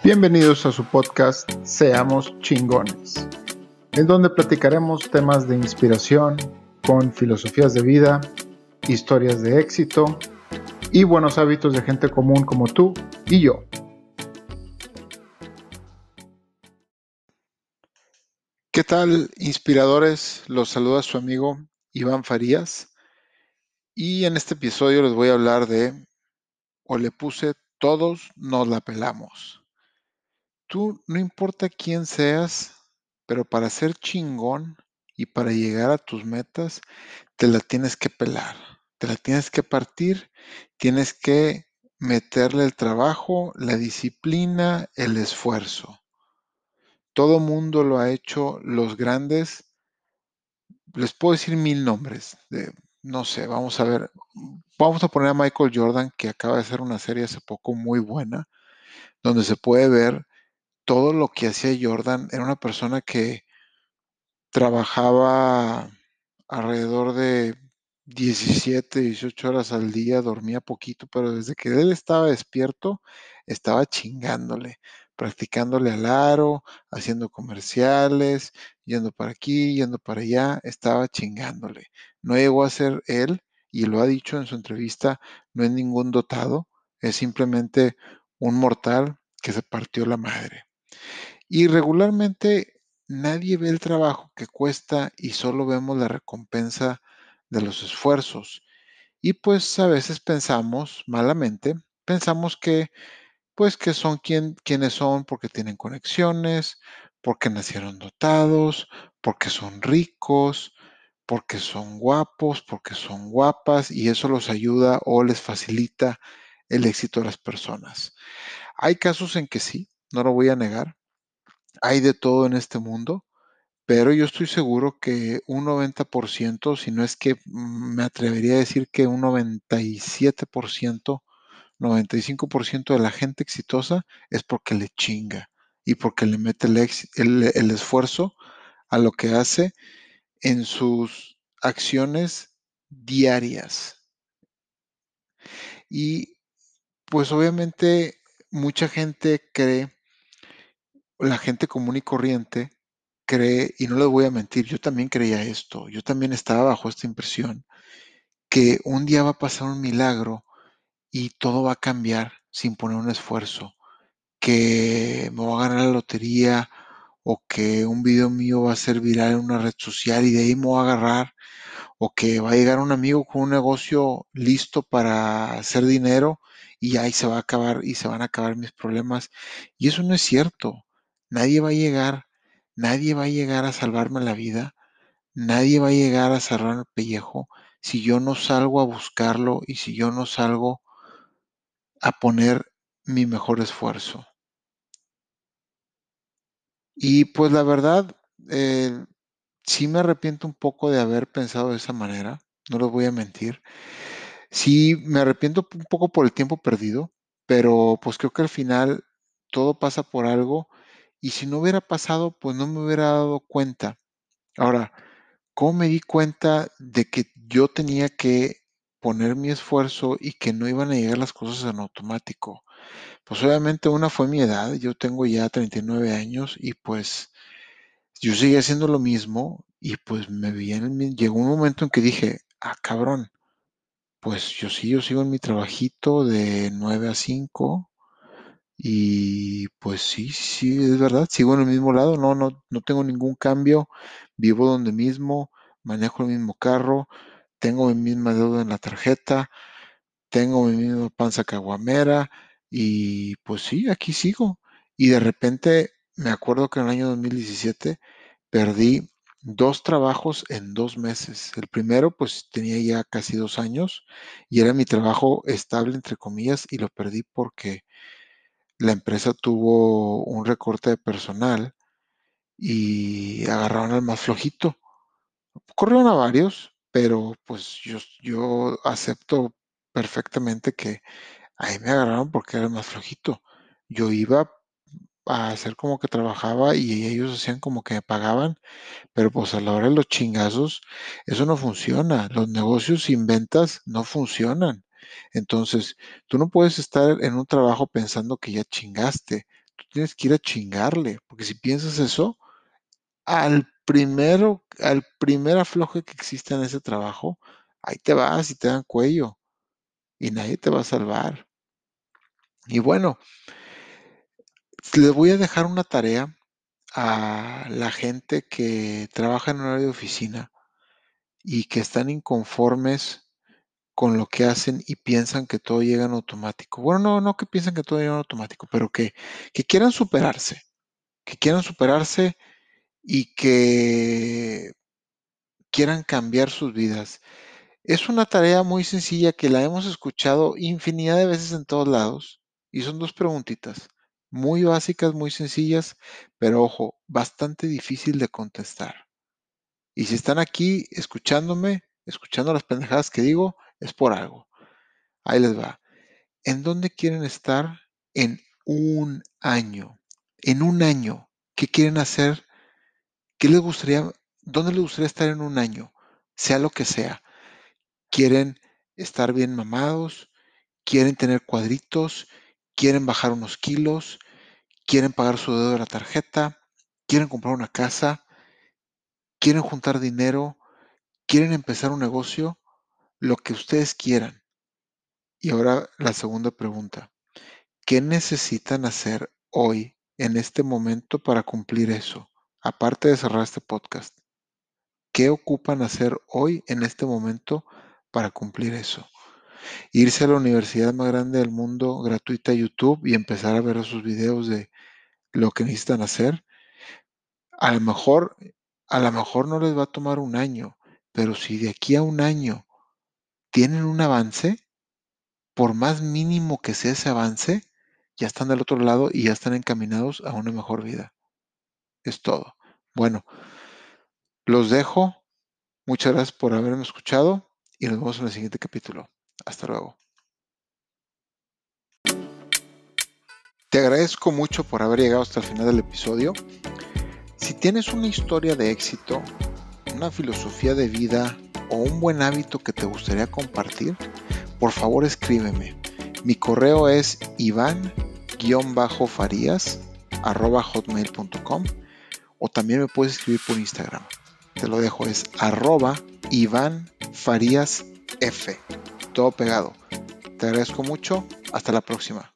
Bienvenidos a su podcast Seamos Chingones, en donde platicaremos temas de inspiración con filosofías de vida, historias de éxito y buenos hábitos de gente común como tú y yo. ¿Qué tal, inspiradores? Los saluda su amigo Iván Farías y en este episodio les voy a hablar de o le puse todos nos la pelamos. Tú, no importa quién seas, pero para ser chingón y para llegar a tus metas, te la tienes que pelar, te la tienes que partir, tienes que meterle el trabajo, la disciplina, el esfuerzo. Todo mundo lo ha hecho, los grandes, les puedo decir mil nombres, no sé, vamos a ver, vamos a poner a Michael Jordan, que acaba de hacer una serie hace poco muy buena, donde se puede ver todo lo que hacía Jordan. Era una persona que trabajaba alrededor de 17, 18 horas al día, dormía poquito, pero desde que él estaba despierto, estaba chingándole, practicándole al aro, haciendo comerciales, yendo para aquí, yendo para allá, estaba chingándole. No llegó a ser él, y lo ha dicho en su entrevista, no es ningún dotado, es simplemente un mortal que se partió la madre. Y regularmente nadie ve el trabajo que cuesta y solo vemos la recompensa de los esfuerzos. Y pues a veces pensamos, malamente, pensamos que pues que son quienes son porque tienen conexiones, porque nacieron dotados, porque son ricos, porque son guapos, porque son guapas y eso los ayuda o les facilita el éxito de las personas. Hay casos en que sí, no lo voy a negar, hay de todo en este mundo, pero yo estoy seguro que un 90%, si no es que me atrevería a decir que un 97%, 95% de la gente exitosa es porque le chinga y porque le mete el esfuerzo a lo que hace en sus acciones diarias. Y pues obviamente mucha gente cree, la gente común y corriente cree, y no les voy a mentir, yo también creía esto, yo también estaba bajo esta impresión, que un día va a pasar un milagro y todo va a cambiar sin poner un esfuerzo, que me voy a ganar la lotería o que un video mío va a ser viral en una red social y de ahí me voy a agarrar, o que va a llegar un amigo con un negocio listo para hacer dinero y ahí se va a acabar y se van a acabar mis problemas. Y eso no es cierto. Nadie va a llegar, nadie va a llegar a salvarme la vida, nadie va a llegar a cerrar el pellejo si yo no salgo a buscarlo y si yo no salgo a poner mi mejor esfuerzo. Y pues la verdad, sí me arrepiento un poco de haber pensado de esa manera, no les voy a mentir. Sí, me arrepiento un poco por el tiempo perdido, pero pues creo que al final todo pasa por algo y si no hubiera pasado, pues no me hubiera dado cuenta. Ahora, ¿cómo me di cuenta de que yo tenía que poner mi esfuerzo y que no iban a llegar las cosas en automático? Pues obviamente una fue mi edad, yo tengo ya 39 años y pues yo seguía haciendo lo mismo y pues me vi llegó un momento en que dije, ah, cabrón, pues yo sigo en mi trabajito de 9 a 5 y pues sí, sí, es verdad, sigo en el mismo lado, no tengo ningún cambio, vivo donde mismo, manejo el mismo carro, tengo mi misma deuda en la tarjeta, tengo mi misma panza caguamera y pues sí, aquí sigo. Y de repente me acuerdo que en el año 2017 perdí dos trabajos en 2 meses. El primero pues tenía ya casi 2 años y era mi trabajo estable, entre comillas, y lo perdí porque la empresa tuvo un recorte de personal y agarraron al más flojito. Corrieron a varios, pero pues yo acepto perfectamente que ahí me agarraron porque era el más flojito. Yo iba a hacer como que trabajaba y ellos hacían como que me pagaban, pero pues a la hora de los chingazos, eso no funciona. Los negocios sin ventas no funcionan. Entonces, tú no puedes estar en un trabajo pensando que ya chingaste. tú tienes que ir a chingarle, porque si piensas eso, al primer afloje que exista en ese trabajo, ahí te vas y te dan cuello y nadie te va a salvar. Y bueno, les voy a dejar una tarea a la gente que trabaja en horario de oficina y que están inconformes con lo que hacen y piensan que todo llega en automático. Bueno, no que piensan que todo llega en automático, pero que que quieran superarse y que quieran cambiar sus vidas. Es una tarea muy sencilla que la hemos escuchado infinidad de veces en todos lados y son dos preguntitas, muy básicas, muy sencillas, pero ojo, bastante difícil de contestar. Y si están aquí escuchándome, escuchando las pendejadas que digo, es por algo. Ahí les va. ¿En dónde quieren estar en un año? En un año, ¿qué quieren hacer? ¿Qué les gustaría? ¿Dónde les gustaría estar en un año? Sea lo que sea. ¿Quieren estar bien mamados? ¿Quieren tener cuadritos? ¿Quieren bajar unos kilos? ¿Quieren pagar su deuda de la tarjeta? ¿Quieren comprar una casa? ¿Quieren juntar dinero? ¿Quieren empezar un negocio? Lo que ustedes quieran. Y ahora la segunda pregunta. ¿Qué necesitan hacer hoy, en este momento, para cumplir eso? Aparte de cerrar este podcast, ¿qué ocupan hacer hoy, en este momento, para cumplir eso? Irse a la universidad más grande del mundo, gratuita, YouTube, y empezar a ver esos videos de lo que necesitan hacer. A lo mejor, a lo mejor no les va a tomar un año, pero si de aquí a un año tienen un avance, por más mínimo que sea ese avance, ya están del otro lado y ya están encaminados a una mejor vida. Es todo. Bueno, los dejo. Muchas gracias por haberme escuchado y nos vemos en el siguiente capítulo. Hasta luego. Te agradezco mucho por haber llegado hasta el final del episodio. Si tienes una historia de éxito, una filosofía de vida o un buen hábito que te gustaría compartir, por favor escríbeme. Mi correo es ivan-farías@hotmail.com o también me puedes escribir por Instagram. Te lo dejo, es @ivanfariasf. Todo pegado. Te agradezco mucho. Hasta la próxima.